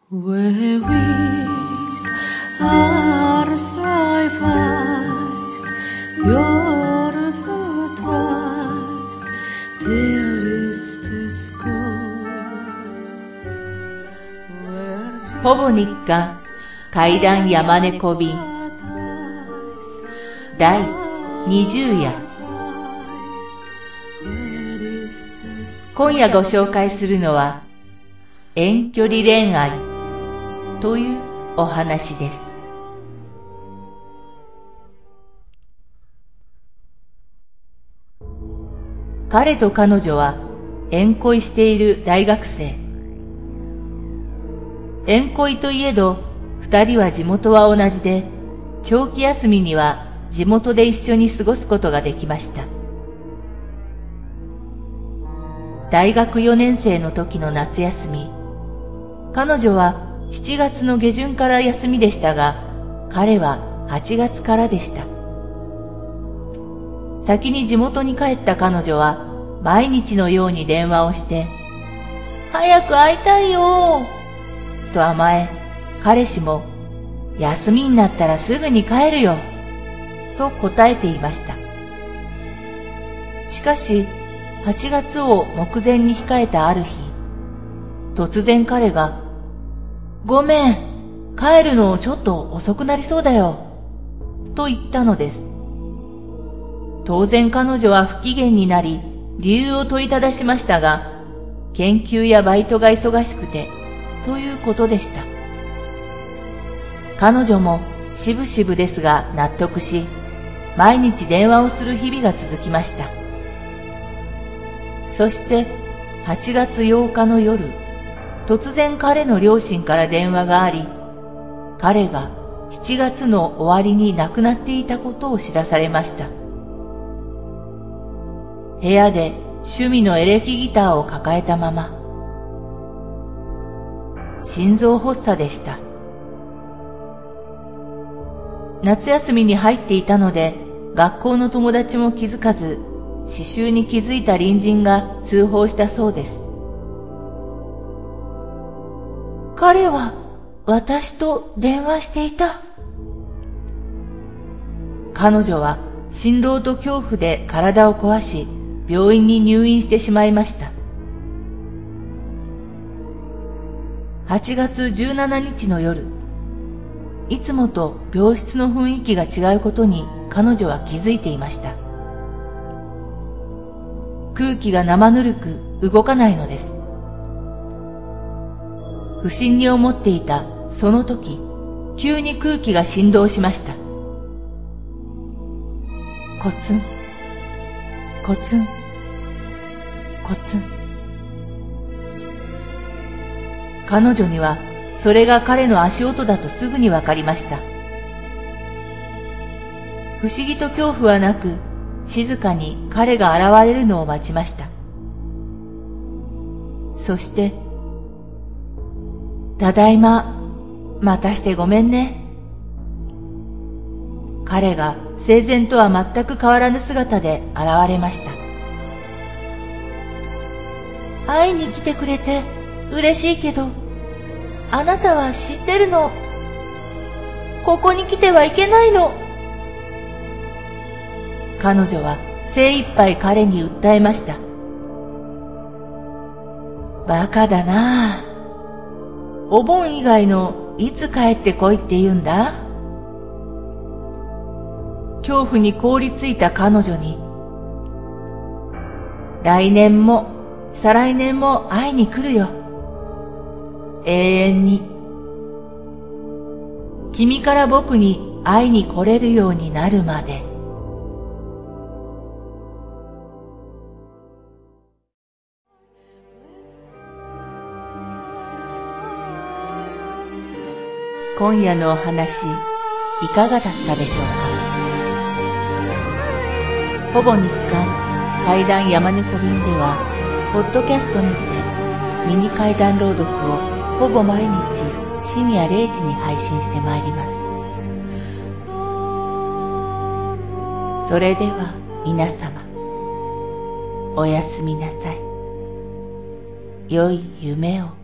Where wished are verweist, Jorve twice, der ist es groß. ほぼ日刊怪談山猫便第20夜。今夜ご紹介するのは遠距離恋愛というお話です。彼と彼女は縁恋している大学生。縁恋といえど二人は地元は同じで、長期休みには地元で一緒に過ごすことができました。大学4年生の時の夏休み、彼女は7月の下旬から休みでしたが、彼は8月からでした。先に地元に帰った彼女は毎日のように電話をして、早く会いたいよと甘え、彼氏も休みになったらすぐに帰るよと答えていました。しかし8月を目前に控えたある日、突然彼が、ごめん、帰るのちょっと遅くなりそうだよと言ったのです。当然彼女は不機嫌になり、理由を問いただしましたが、研究やバイトが忙しくてということでした。彼女もしぶしぶですが納得し、毎日電話をする日々が続きました。そして8月8日の夜、突然彼の両親から電話があり、彼が7月の終わりに亡くなっていたことを知らされました。部屋で趣味のエレキギターを抱えたまま、心臓発作でした。夏休みに入っていたので、学校の友達も気づかず、死臭に気づいた隣人が通報したそうです。彼は私と電話していた。彼女は心労と恐怖で体を壊し、病院に入院してしまいました。8月17日の夜、いつもと病室の雰囲気が違うことに彼女は気づいていました。空気が生ぬるく動かないのです。不審に思っていたその時、急に空気が振動しました。コツン、コツン、コツン。彼女にはそれが彼の足音だとすぐにわかりました。不思議と恐怖はなく、静かに彼が現れるのを待ちました。そして、ただいま、待たしてごめんね。彼が生前とは全く変わらぬ姿で現れました。会いに来てくれて嬉しいけど、あなたは知ってるの。ここに来てはいけないの。彼女は精一杯彼に訴えました。バカだなあ。お盆以外のいつ帰ってこいって言うんだ？恐怖に凍りついた彼女に、来年も再来年も会いに来るよ。永遠に。君から僕に会いに来れるようになるまで。今夜のお話、いかがだったでしょうか。ほぼ日刊怪談山猫便では、ポッドキャストにてミニ怪談朗読をほぼ毎日深夜0時に配信してまいります。それでは皆様、おやすみなさい。良い夢を。